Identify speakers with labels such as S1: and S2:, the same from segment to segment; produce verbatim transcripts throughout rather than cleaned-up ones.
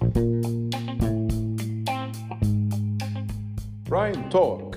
S1: برايم توك.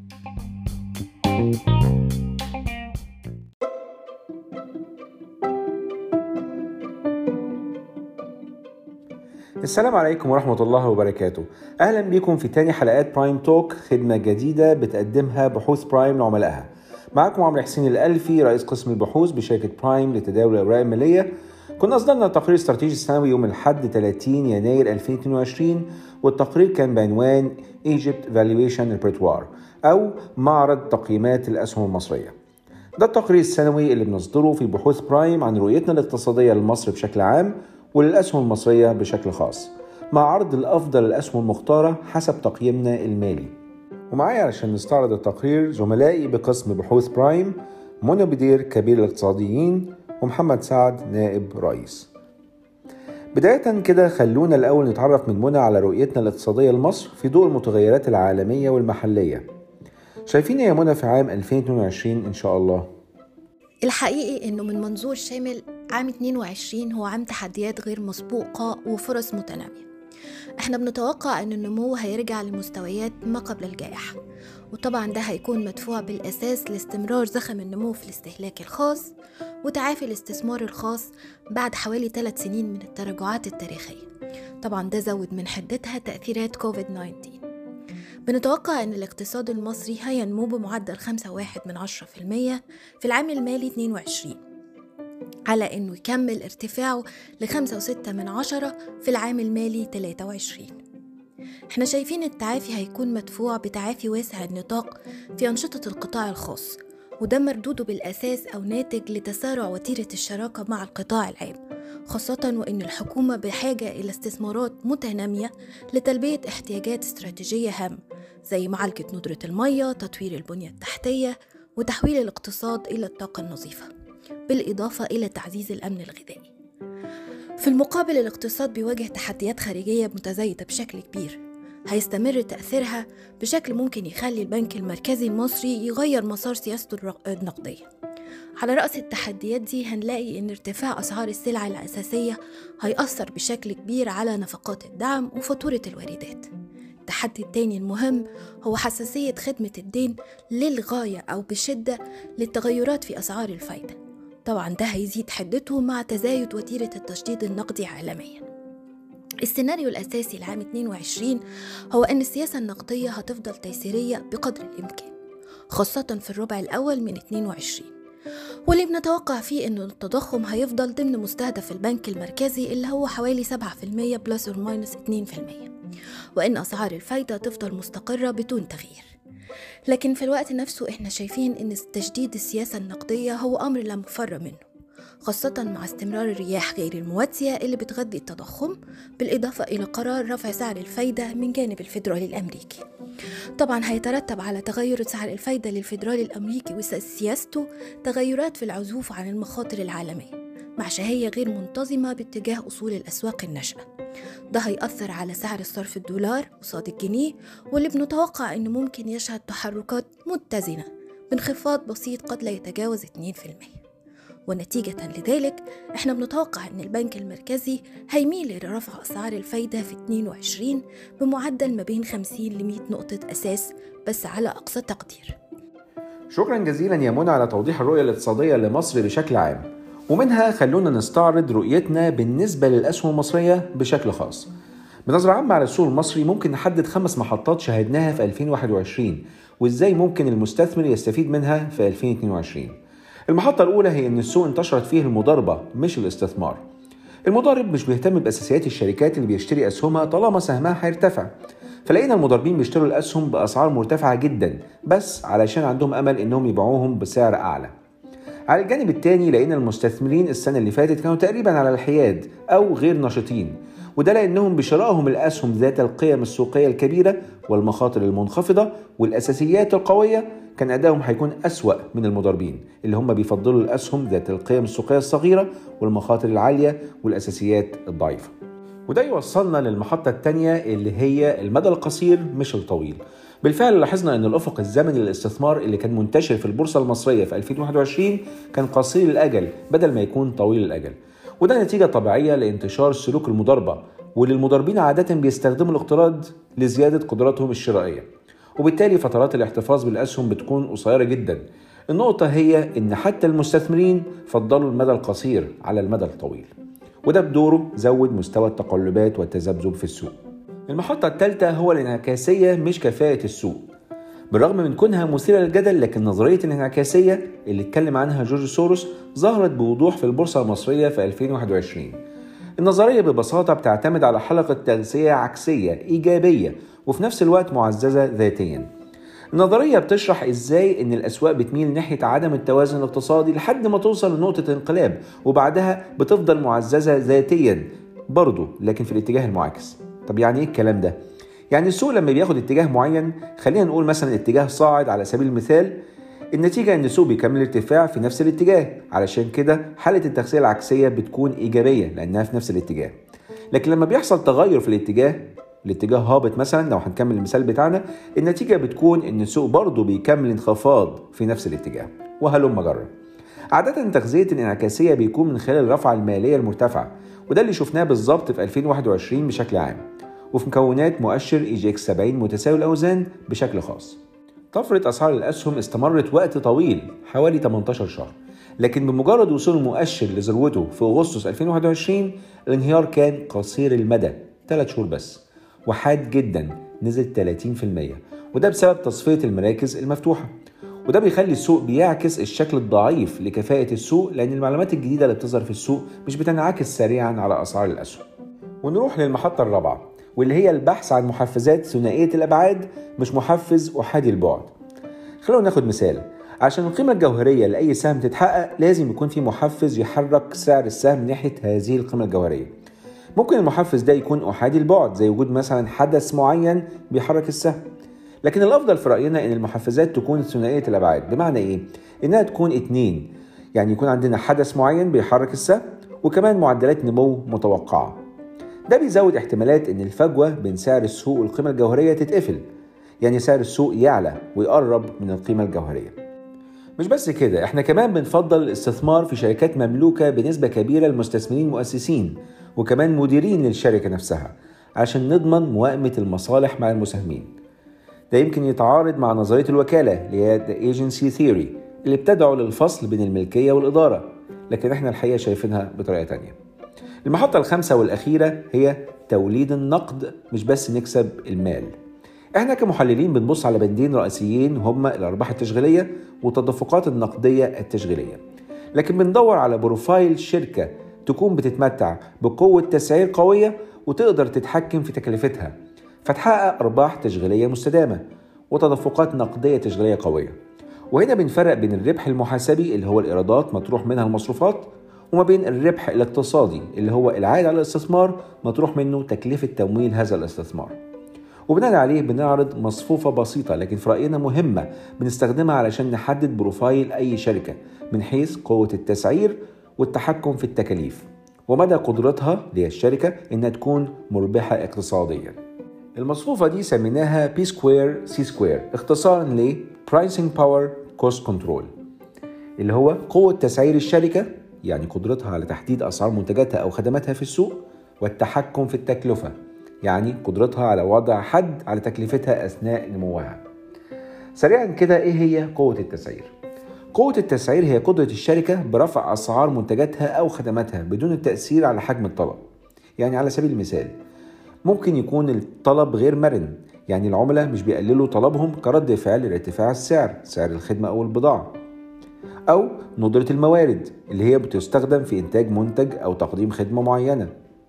S1: السلام عليكم ورحمة الله وبركاته. أهلا بكم في تاني حلقات برايم توك، خدمة جديدة بتقدمها بحوث برايم لعملائها. معكم عمرو حسين الألفي، رئيس قسم البحوث بشركة برايم لتداول الأوراق المالية. كنا أصدرنا التقرير الاستراتيجي السنوي يوم الأحد ثلاثين يناير ألفين واثنين وعشرين، والتقرير كان بعنوان Egypt Valuation Repertoire أو معرض تقييمات الأسهم المصرية. ده التقرير السنوي اللي بنصدره في بحوث برايم عن رؤيتنا الاقتصادية لمصر بشكل عام وللأسهم المصرية بشكل خاص، مع عرض الأفضل الأسهم المختارة حسب تقييمنا المالي. ومعايا علشان نستعرض التقرير زملائي بقسم بحوث برايم، منى بدير كبير الاقتصاديين ومحمد سعد نائب رئيس. بداية كده خلونا الأول نتعرف من منى على رؤيتنا الاقتصادية لمصر في ضوء المتغيرات العالمية والمحلية. شايفين يا منى في عام ألفين واثنين وعشرين إن شاء الله؟
S2: الحقيقي إنه من منظور شامل عام اثنين وعشرين هو عام تحديات غير مسبوقة وفرص متنامية. احنا بنتوقع ان النمو هيرجع لمستويات ما قبل الجائحة، وطبعا ده هيكون مدفوع بالأساس لاستمرار زخم النمو في الاستهلاك الخاص وتعافي الاستثمار الخاص بعد حوالي ثلاث سنين من التراجعات التاريخية. طبعا ده زود من حدتها تأثيرات كوفيد تسعة عشر. بنتوقع ان الاقتصاد المصري هينمو بمعدل خمسة فاصلة واحد من عشرة في المية في العام المالي اثنين وعشرين، على انه يكمل ارتفاعه ل خمسة فاصلة ستة من عشرة في العام المالي ثلاثة وعشرين. احنا شايفين التعافي هيكون مدفوع بتعافي واسع النطاق في أنشطة القطاع الخاص، وده مردوده بالأساس أو ناتج لتسارع وتيرة الشراكة مع القطاع العام، خاصة وإن الحكومة بحاجة إلى استثمارات متنامية لتلبية احتياجات استراتيجية هامة زي معالجة ندرة المياه، تطوير البنية التحتية، وتحويل الاقتصاد إلى الطاقة النظيفة، بالإضافة إلى تعزيز الأمن الغذائي. في المقابل الاقتصاد بيواجه تحديات خارجية متزايدة بشكل كبير هيستمر تأثيرها بشكل ممكن يخلي البنك المركزي المصري يغير مسار سياسته النقدية. على رأس التحديات دي هنلاقي إن ارتفاع أسعار السلع الأساسية هيأثر بشكل كبير على نفقات الدعم وفاتورة الواردات. التحدي التاني المهم هو حساسية خدمة الدين للغاية أو بشدة للتغيرات في أسعار الفايدة. طبعا ده هيزيد حدته مع تزايد وتيرة التشديد النقدي عالميا. السيناريو الأساسي لعام اثنين وعشرين هو أن السياسة النقدية هتفضل تيسيرية بقدر الإمكان، خاصة في الربع الأول من اثنين وعشرين، واللي بنتوقع فيه أن التضخم هيفضل ضمن مستهدف البنك المركزي اللي هو حوالي سبعة في المية بلس أو ماينس اثنين في المية، وأن أسعار الفايدة تفضل مستقرة بدون تغيير. لكن في الوقت نفسه احنا شايفين أن تجديد السياسة النقدية هو أمر لا مفر منه، خاصة مع استمرار الرياح غير المواتية اللي بتغذي التضخم، بالإضافة إلى قرار رفع سعر الفايدة من جانب الفيدرالي الأمريكي. طبعا هيترتب على تغير سعر الفايدة للفيدرالي الأمريكي وسياسته تغيرات في العزوف عن المخاطر العالمية مع شهية غير منتظمة باتجاه أصول الأسواق الناشئة. ده هيأثر على سعر الصرف الدولار قصاد الجنيه، واللي بنتوقع أنه ممكن يشهد تحركات متزنة بانخفاض بسيط قد لا يتجاوز اثنين في المية. ونتيجة لذلك احنا بنتوقع ان البنك المركزي هيميل لرفع اسعار الفايدة في اثنين وعشرين بمعدل ما بين خمسين ل مئة نقطة اساس بس على اقصى تقدير.
S1: شكرا جزيلا يا منى على توضيح الرؤية الاقتصادية لمصر بشكل عام، ومنها خلونا نستعرض رؤيتنا بالنسبة للأسهم المصرية بشكل خاص. بنظرة عامة على السوق المصري ممكن نحدد خمس محطات شاهدناها في ألفين وواحد وعشرين وإزاي ممكن المستثمر يستفيد منها في ألفين واثنين وعشرين. المحطة الأولى هي إن السوق انتشرت فيه المضاربة مش الاستثمار. المضارب مش بيهتم بأساسيات الشركات اللي بيشتري أسهمها طالما سهمها هيرتفع، فلقينا المضاربين بيشتروا الأسهم بأسعار مرتفعة جدا بس علشان عندهم أمل إنهم يبيعوهم بسعر أعلى. على الجانب التاني لقينا المستثمرين السنة اللي فاتت كانوا تقريبا على الحياد أو غير نشطين، وده لأنهم بشرائهم الأسهم ذات القيم السوقية الكبيرة والمخاطر المنخفضة والأساسيات القوية كان أدائهم هيكون أسوأ من المضاربين اللي هم بيفضلوا الأسهم ذات القيم السوقية الصغيرة والمخاطر العالية والأساسيات الضعيفة. وده يوصلنا للمحطة الثانية اللي هي المدى القصير مش الطويل. بالفعل لاحظنا أن الأفق الزمني للاستثمار اللي كان منتشر في البورصة المصرية في ألفين وواحد وعشرين كان قصير الأجل بدل ما يكون طويل الأجل، وده نتيجة طبيعية لانتشار سلوك المضاربة واللي المضاربين عادة بيستخدموا الاقتراض لزيادة قدراتهم الشرائية، وبالتالي فترات الاحتفاظ بالأسهم بتكون قصيرة جدا. النقطة هي إن حتى المستثمرين فضلوا المدى القصير على المدى الطويل، وده بدوره زود مستوى التقلبات والتذبذب في السوق. المحطة الثالثة هو الانعكاسية مش كفاءة السوق. بالرغم من كونها مثيرة للجدل، لكن نظرية الانعكاسية اللي اتكلم عنها جورج سوروس ظهرت بوضوح في البورصة المصرية في ألفين وواحد وعشرين. النظرية ببساطة بتعتمد على حلقة تغذية عكسية إيجابية وفي نفس الوقت معززة ذاتيا. النظرية بتشرح إزاي إن الأسواق بتميل ناحية عدم التوازن الاقتصادي لحد ما توصل لنقطة انقلاب، وبعدها بتفضل معززة ذاتيا برضه لكن في الاتجاه المعاكس. طب يعني إيه الكلام ده؟ يعني السوق لما بياخد اتجاه معين، خلينا نقول مثلا اتجاه صاعد على سبيل المثال، النتيجة ان السوق بيكمل ارتفاع في نفس الاتجاه. علشان كده حالة التغذية العكسية بتكون ايجابية لانها في نفس الاتجاه. لكن لما بيحصل تغير في الاتجاه، الاتجاه هابط مثلا لو هنكمل المثال بتاعنا، النتيجة بتكون ان السوق برضه بيكمل انخفاض في نفس الاتجاه، وهلم جرا. عادة التغذية الانعكاسية بيكون من خلال الرفعة المالية المرتفعة، وده اللي شفناه بالظبط في ألفين وواحد وعشرين بشكل عام، وفي مكونات مؤشر إي جي إكس سبعين متساوي الأوزان بشكل خاص. طفرة أسعار الأسهم استمرت وقت طويل حوالي ثمانية عشر شهر، لكن بمجرد وصول المؤشر لذروته في أغسطس ألفين وواحد وعشرين الانهيار كان قصير المدى ثلاث شهور بس، وحاد جدا نزل ثلاثين بالمية، وده بسبب تصفية المراكز المفتوحة. وده بيخلي السوق بيعكس الشكل الضعيف لكفاءة السوق، لأن المعلومات الجديدة اللي بتظهر في السوق مش بتنعكس سريعا على أسعار الأسهم. ونروح للمحطة الرابعة، واللي هي البحث عن محفزات ثنائية الأبعاد مش محفز أحادي البعد. خلونا ناخد مثال. عشان القيمة الجوهرية لأي سهم تتحقق لازم يكون في محفز يحرك سعر السهم ناحية هذه القيمة الجوهرية. ممكن المحفز ده يكون أحادي البعد، زي وجود مثلا حدث معين بيحرك السهم. لكن الأفضل في رأينا إن المحفزات تكون ثنائية الأبعاد. بمعنى إيه؟ إنها تكون اتنين، يعني يكون عندنا حدث معين بيحرك السهم وكمان معدلات نمو متوقعة. ده بيزود احتمالات ان الفجوة بين سعر السوق والقيمة الجوهرية تتقفل، يعني سعر السوق يعلى ويقرب من القيمة الجوهرية. مش بس كده، احنا كمان بنفضل الاستثمار في شركات مملوكة بنسبة كبيرة لمستثمرين مؤسسين وكمان مديرين للشركة نفسها، عشان نضمن موائمة المصالح مع المساهمين. ده يمكن يتعارض مع نظرية الوكالة اللي هي The Agency Theory اللي بتدعو للفصل بين الملكية والإدارة، لكن احنا الحقيقة شايفينها بطريقة تانية. المحطة الخامسة والأخيرة هي توليد النقد، مش بس نكسب المال. احنا كمحللين بنبص على بندين رئيسيين هما الأرباح التشغيلية والتدفقات النقدية التشغيلية، لكن بندور على بروفايل شركة تكون بتتمتع بقوة تسعير قوية وتقدر تتحكم في تكلفتها فتحقق أرباح تشغيلية مستدامة وتدفقات نقدية تشغيلية قوية. وهنا بنفرق بين الربح المحاسبي اللي هو الإيرادات مطروح منها المصروفات، وما بين الربح الاقتصادي اللي هو العائد على الاستثمار مطروح منه تكلفة تمويل هذا الاستثمار. وبناء عليه بنعرض مصفوفة بسيطة لكن في رأينا مهمة بنستخدمها علشان نحدد بروفايل أي شركة من حيث قوة التسعير والتحكم في التكاليف ومدى قدرتها للشركة إنها تكون مربحة اقتصاديا. المصفوفة دي سميناها بي سكوير سي سكوير، اختصارا ل Pricing Power Cost Control، اللي هو قوة تسعير الشركة يعني قدرتها على تحديد أسعار منتجاتها أو خدماتها في السوق، والتحكم في التكلفة يعني قدرتها على وضع حد على تكلفتها أثناء نموها. سريعا كده، إيه هي قوة التسعير؟ قوة التسعير هي قدرة الشركة برفع أسعار منتجاتها أو خدماتها بدون التأثير على حجم الطلب. يعني على سبيل المثال ممكن يكون الطلب غير مرن، يعني العملاء مش بيقللوا طلبهم كرد فعل لارتفاع السعر، سعر الخدمة أو البضاعة، أو ندرة الموارد اللي هي بتستخدم في إنتاج منتج أو تقديم خدمة معينة،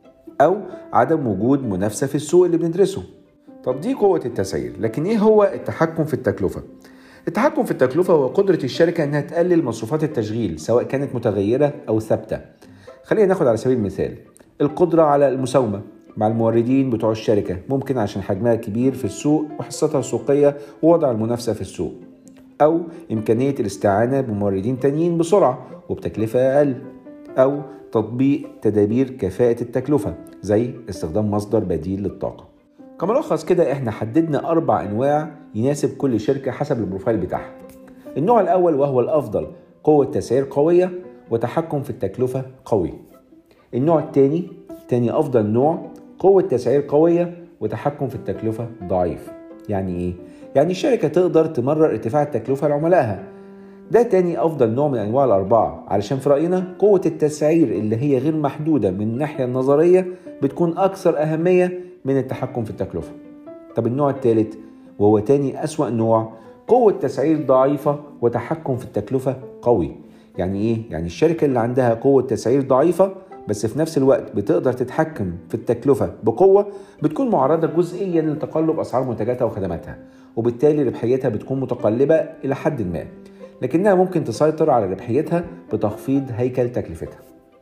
S1: أو عدم وجود منافسة في السوق اللي بندرسه. طب دي قوة التسعير. لكن إيه هو التحكم في التكلفة؟ التحكم في التكلفة هو قدرة الشركة أنها تقلل مصروفات التشغيل سواء كانت متغيرة أو ثابتة. خلينا ناخد على سبيل المثال القدرة على المساومة مع الموردين بتوع الشركة، ممكن عشان حجمها كبير في السوق وحصتها السوقية ووضع المنافسة في السوق، أو إمكانية الاستعانة بموردين تانيين بسرعة وبتكلفة أقل، أو تطبيق تدابير كفاءة التكلفة زي استخدام مصدر بديل للطاقة. كملخص كده احنا حددنا أربع أنواع يناسب كل شركة حسب البروفايل بتاعها. النوع الأول وهو الأفضل قوة تسعير قوية وتحكم في التكلفة قوي. النوع الثاني تاني أفضل نوع قوة تسعير قوية وتحكم في التكلفة ضعيف. يعني ايه؟ يعني الشركة تقدر تمرر ارتفاع التكلفة لعملائها. ده تاني أفضل نوع من أنواع الأربعة، علشان في رأينا قوة التسعير اللي هي غير محدودة من الناحية النظرية بتكون أكثر أهمية من التحكم في التكلفة. طب النوع الثالث وهو تاني أسوأ نوع، قوة تسعير ضعيفة وتحكم في التكلفة قوي. يعني إيه؟ يعني الشركة اللي عندها قوة تسعير ضعيفة بس في نفس الوقت بتقدر تتحكم في التكلفة بقوة، بتكون معرضة جزئيا لتقلب أسعار منتجاتها وخدماتها، وبالتالي ربحيتها بتكون متقلبة إلى حد ما، لكنها ممكن تسيطر على ربحيتها بتخفيض هيكل تكلفتها.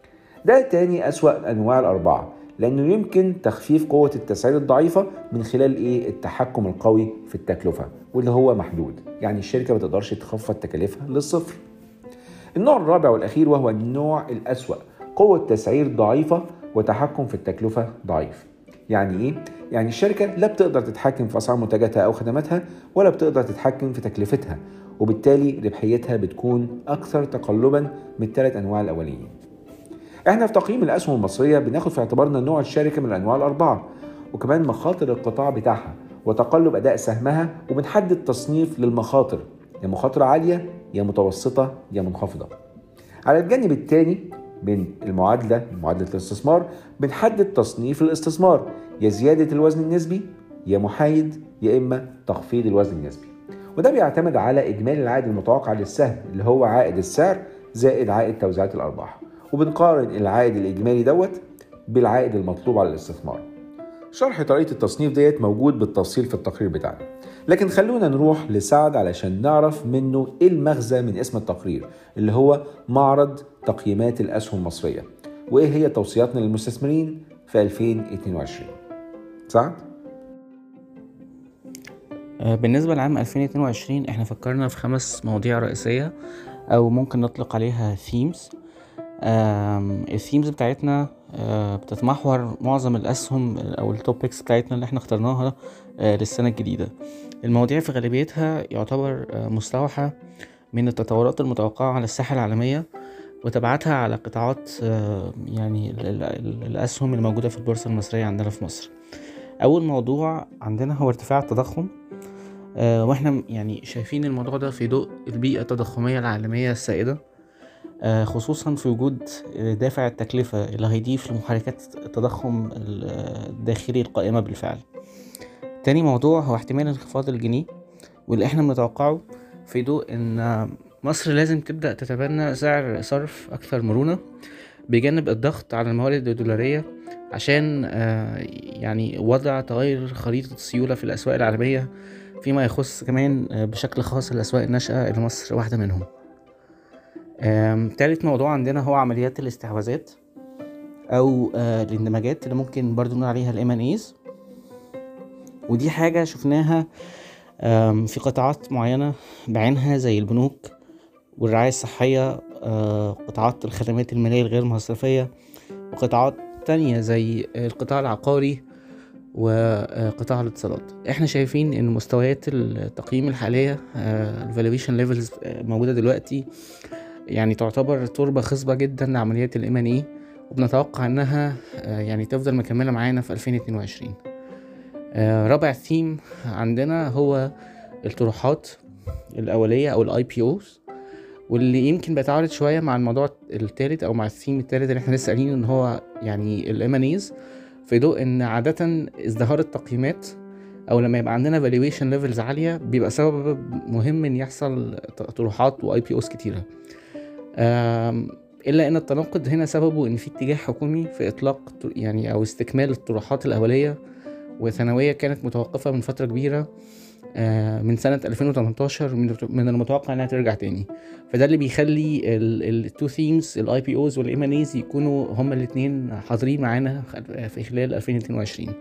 S1: ده تاني أسوأ أنواع الأربعة، لأنه يمكن تخفيف قوة التسعير الضعيفة من خلال إيه؟ التحكم القوي في التكلفة، واللي هو محدود، يعني الشركة ما تقدرش تخفض تكاليفها للصفر. النوع الرابع والأخير وهو النوع الأسوأ، قوة تسعير ضعيفة وتحكم في التكلفة ضعيف. يعني إيه؟ يعني الشركة لا بتقدر تتحكم في أسعار منتجاتها أو خدماتها، ولا بتقدر تتحكم في تكلفتها، وبالتالي ربحيتها بتكون أكثر تقلبا من الثلاث أنواع الأولين. احنا في تقييم الأسهم المصرية بناخد في اعتبارنا نوع الشركة من الأنواع الأربعة، وكمان مخاطر القطاع بتاعها وتقلب أداء سهمها، وبنحدد تصنيف للمخاطر، يا مخاطرة عالية يا متوسطة يا منخفضة. على الجانب الثاني من المعادلة، معادلة الاستثمار، بنحدد تصنيف الاستثمار، يا زيادة الوزن النسبي يا محايد يا إما تخفيض الوزن النسبي. وده بيعتمد على إجمالي العائد المتوقع للسهم اللي هو عائد السعر زائد عائد توزيعات الأرباح، وبنقارن العائد الإجمالي دوت بالعائد المطلوب على الاستثمار. شرح طريقة التصنيف ديت موجود بالتفصيل في التقرير بتاعنا، لكن خلونا نروح لسعد علشان نعرف منه إيه المغزى من اسم التقرير اللي هو معرض تقييمات الأسهم المصرية، وإيه هي توصياتنا للمستثمرين في ألفين واثنين وعشرين. سعد؟
S3: بالنسبة لعام ألفين واثنين وعشرين احنا فكرنا في خمس مواضيع رئيسية او ممكن نطلق عليها themes. الثيمز بتاعتنا بتتمحور معظم الاسهم او التوبكس بتاعتنا اللي احنا اخترناها للسنة الجديدة. المواضيع في غالبيتها يعتبر مستوحى من التطورات المتوقعة على الساحة العالمية وتبعاتها على قطاعات يعني الاسهم الموجودة في البورصة المصرية عندنا في مصر. اول موضوع عندنا هو ارتفاع التضخم، أه واحنا يعني شايفين الموضوع ده في ضوء البيئة التضخمية العالمية السائدة، أه خصوصا في وجود دافع التكلفة اللي هيضيف لمحركات التضخم الداخلي القائمة بالفعل. تاني موضوع هو احتمال انخفاض الجنيه، واللي احنا بنتوقعه في ضوء ان مصر لازم تبدأ تتبنى سعر صرف اكثر مرونة بجانب الضغط على الموارد الدولارية عشان أه يعني وضع تغير خريطة السيولة في الأسواق العالمية، فيما يخص كمان بشكل خاص الأسواق الناشئة اللي مصر واحدة منهم. ثالث موضوع عندنا هو عمليات الاستحواذات أو الاندماجات اللي ممكن برضو نقول عليها ال إم أند إيز، ودي حاجة شفناها في قطاعات معينة بعينها زي البنوك والرعاية الصحية، قطاعات الخدمات المالية الغير مصرفية، وقطاعات تانية زي القطاع العقاري وقطاع الاتصالات. احنا شايفين ان مستويات التقييم الحالية الفالويشن ليفلز موجودة دلوقتي يعني تعتبر تربة خصبة جدا لعمليات ال إم أند إي، وبنتوقع انها يعني تفضل مكملة معانا في ألفين واثنين وعشرين. رابع ثيم عندنا هو الطروحات الأولية او الاي بي اوز، واللي يمكن بيتعارض شوية مع الموضوع الثالث او مع الثيم الثالث اللي احنا لسه قايلين ان هو يعني ال إم أند إيز، في ضوء ان عادة ازدهار التقييمات او لما يبقى عندنا valuation levels عالية بيبقى سبب مهم ان يحصل طروحات و آي بي أوز كتيرة، الا ان التناقض هنا سببه ان في اتجاه حكومي في اطلاق يعني او استكمال الطروحات الاولية وثانوية كانت متوقفة من فترة كبيرة من سنة ألفين وتمنتاشر، من المتوقع انها ترجع تاني. فده اللي بيخلي التو ثيمز الاي بي اوز والام ان ايز يكونوا هما الاثنين حاضرين معانا في خلال ألفين واثنين وعشرين.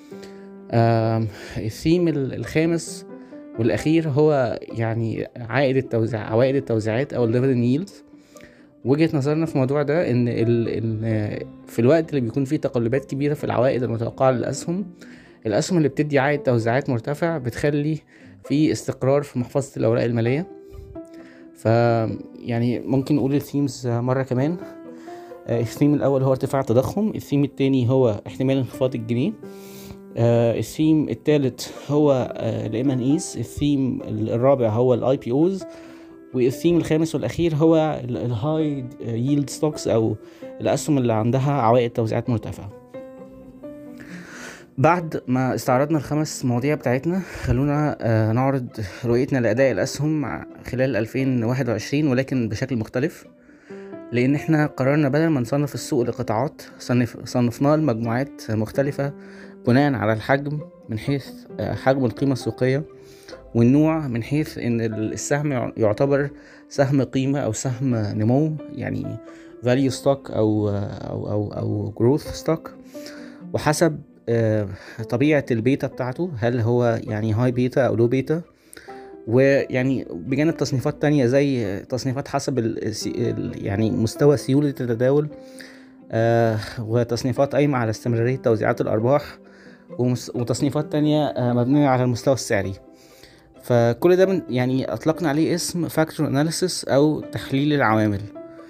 S3: الثيم الخامس والاخير هو يعني عائد التوزيع عوائد التوزيعات او الديفيدند ييلدز. وجهة نظرنا في الموضوع ده ان ال ال في الوقت اللي بيكون فيه تقلبات كبيرة في العوائد المتوقعة للاسهم، الاسهم اللي بتدي عائد توزيعات مرتفع بتخلي في استقرار في محفظة الاوراق المالية. ف يعني ممكن نقول الثيمز مرة كمان. الثيم الأول هو ارتفاع التضخم، الثيم الثاني هو احتمال انخفاض الجنيه، الثيم الثالث هو الام ان ايز، الثيم الرابع هو الاي بي اوز، والثيم الخامس والأخير هو الهاي ييلد ستوكس أو الأسهم اللي عندها عوائد توزيعات مرتفعة. بعد ما استعرضنا الخمس مواضيع بتاعتنا، خلونا آه نعرض رؤيتنا لأداء الأسهم خلال ألفين وواحد وعشرين، ولكن بشكل مختلف، لأن احنا قررنا بدل ما نصنف السوق لقطاعات صنف صنفناه لمجموعات مختلفة بناء على الحجم من حيث آه حجم القيمة السوقية، والنوع من حيث ان السهم يعتبر سهم قيمة او سهم نمو، يعني value stock او او او, أو growth stock، وحسب طبيعة البيتا بتاعته، هل هو يعني هاي بيتا او لو بيتا، ويعني بجانب تصنيفات تانية زي تصنيفات حسب ال يعني مستوى سيولة التداول، وتصنيفات قايمة على استمرارية توزيعات الأرباح، وتصنيفات تانية مبنية على المستوى السعري. فكل ده من يعني أطلقنا عليه اسم فاكتور أناليسيس أو تحليل العوامل.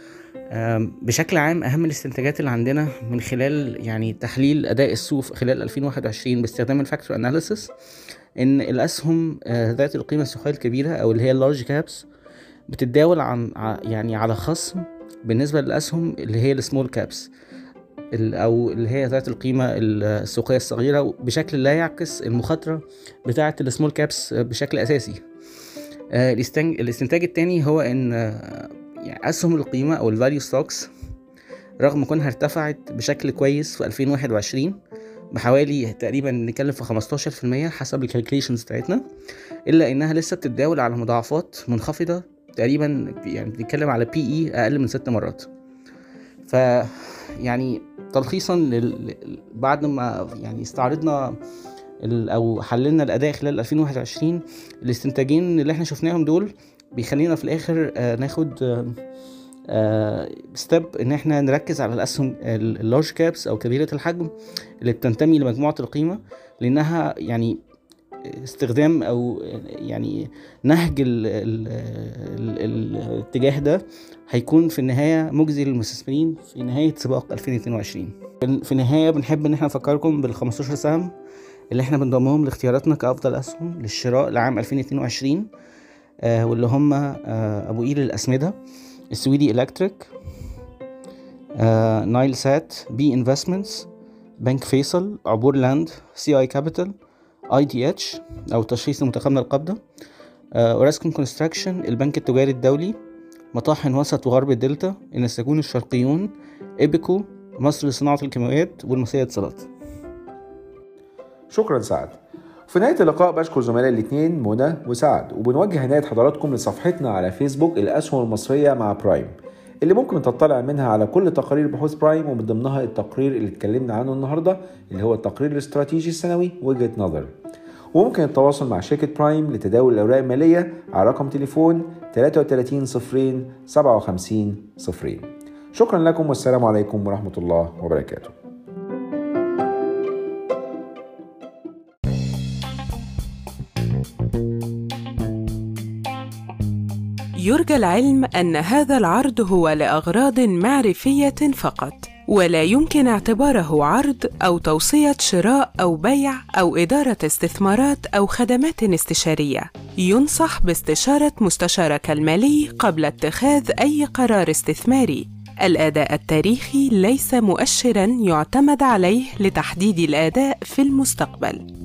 S3: بشكل عام أهم الاستنتاجات اللي عندنا من خلال يعني تحليل أداء السوق خلال ألفين وواحد وعشرين باستخدام الفاكتور أناليسيس، إن الأسهم ذات القيمة السوقية الكبيرة أو اللي هي اللارج كابس بتتداول عن يعني على خصم بالنسبة للأسهم اللي هي السمول كابس أو اللي هي ذات القيمة السوقية الصغيرة، بشكل لا يعكس المخاطرة بتاعة السمول كابس بشكل أساسي. الاستنتاج التاني هو إن يعني أسهم القيمة أو الفاليو ستوكس رغم كونها ارتفعت بشكل كويس في ألفين وواحد وعشرين بحوالي تقريبا نتكلم في خمستاشر في المية حسب الكالكوليشنز بتاعتنا، إلا إنها لسه بتتداول على مضاعفات منخفضة تقريبا، يعني بنتكلم على بي إي أقل من ست مرات. ف يعني تلخيصا لل... بعد ما يعني استعرضنا ال... او حللنا الاداء خلال ألفين وواحد وعشرين، الاستنتاجين اللي احنا شفناهم دول بيخلينا في الاخر آه ناخد آه آه ستيب ان احنا نركز على الاسهم اللارج كابس او كبيرة الحجم اللي بتنتمي لمجموعة القيمة، لانها يعني استخدام او يعني نهج ال ال ال الاتجاه ده هيكون في النهاية مجزي للمستثمرين في نهاية سباق ألفين واتنين وعشرين. في النهاية بنحب ان احنا نفكركم بالخمستاشر سهم اللي احنا بنضمهم لاختياراتنا كأفضل أسهم للشراء لعام ألفين واتنين وعشرين، آه واللي هم آه أبو قير الأسمدة، السويدي إلكتريك، آه نايل سات، بي انفستمنتس، بنك فيصل، عبور لاند، سي اي كابيتال، اي دي اتش او تشخيص المتقابله القابضه، اوراسكوم كونستراكشن، البنك التجاري الدولي، مطاحن وسط وغرب الدلتا، النساجون الشرقيون، ايبيكو، مصر لصناعه الكيماويات، والمصريه للاتصالات.
S1: شكرا سعد. في نهايه اللقاء بشكر زملائي الاثنين منى وسعد، وبنوجه عنايه حضراتكم لصفحتنا على فيسبوك الاسهم المصريه مع برايم، اللي ممكن تطلع منها على كل تقارير بحوث برايم، ومن ضمنها التقرير اللي اتكلمنا عنه النهارده اللي هو التقرير الاستراتيجي السنوي وجهة نظر. وممكن التواصل مع شركة برايم لتداول الأوراق المالية على رقم تليفون ثلاثة وثلاثين صفرين سبعة وخمسين صفرين. شكرا لكم والسلام عليكم ورحمة الله وبركاته.
S4: يرجى العلم أن هذا العرض هو لأغراض معرفية فقط، ولا يمكن اعتباره عرض أو توصية شراء أو بيع أو إدارة استثمارات أو خدمات استشارية. ينصح باستشارة مستشارك المالي قبل اتخاذ أي قرار استثماري. الأداء التاريخي ليس مؤشراً يعتمد عليه لتحديد الأداء في المستقبل.